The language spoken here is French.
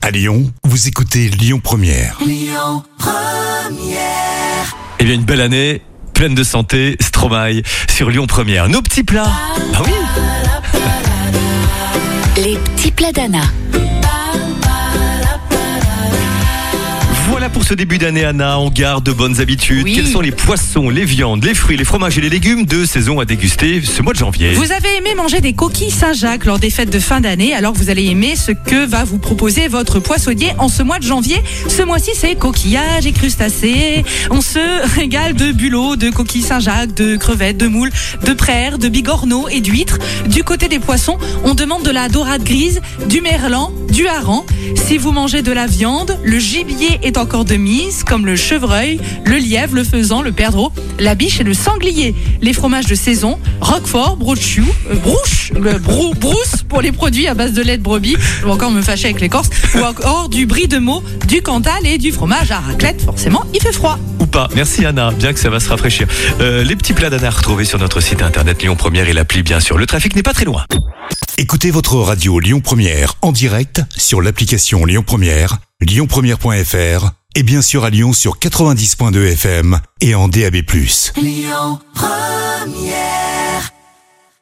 À Lyon, vous écoutez Lyon Première. Lyon Première. Eh bien, une belle année, pleine de santé, Stromae sur Lyon Première. Nos petits plats. Ah oui. Les petits plats d'Anna. Voilà pour ce début d'année, Anna. On garde de bonnes habitudes. Oui. Quels sont les poissons, les viandes, les fruits, les fromages et les légumes de saison à déguster ce mois de janvier? Vous avez aimé manger des coquilles Saint-Jacques lors des fêtes de fin d'année, alors vous allez aimer ce que va vous proposer votre poissonnier en ce mois de janvier. Ce mois-ci, c'est coquillages et crustacés. On se régale de bulots, de coquilles Saint-Jacques, de crevettes, de moules, de praires, de bigorneaux et d'huîtres. Du côté des poissons, on demande de la dorade grise, du merlan, du hareng. Si vous mangez de la viande, le gibier est encore de mise, comme le chevreuil, le lièvre, le faisan, le perdreau, la biche et le sanglier. Les fromages de saison, roquefort, brousse pour les produits à base de lait de brebis, je vais encore me fâcher avec les Corses, ou encore du brie de Meaux, du Cantal et du fromage à raclette. Forcément, il fait froid. Ou pas. Merci Anna, bien que ça va se rafraîchir. Les petits plats d'Anna à retrouver sur notre site internet Lyon Première et l'appli bien sûr. Le trafic n'est pas très loin. Écoutez votre radio Lyon Première en direct sur l'application Lyon Première, lyonpremière.fr et bien sûr à Lyon sur 90.2 FM et en DAB+. Lyon Première.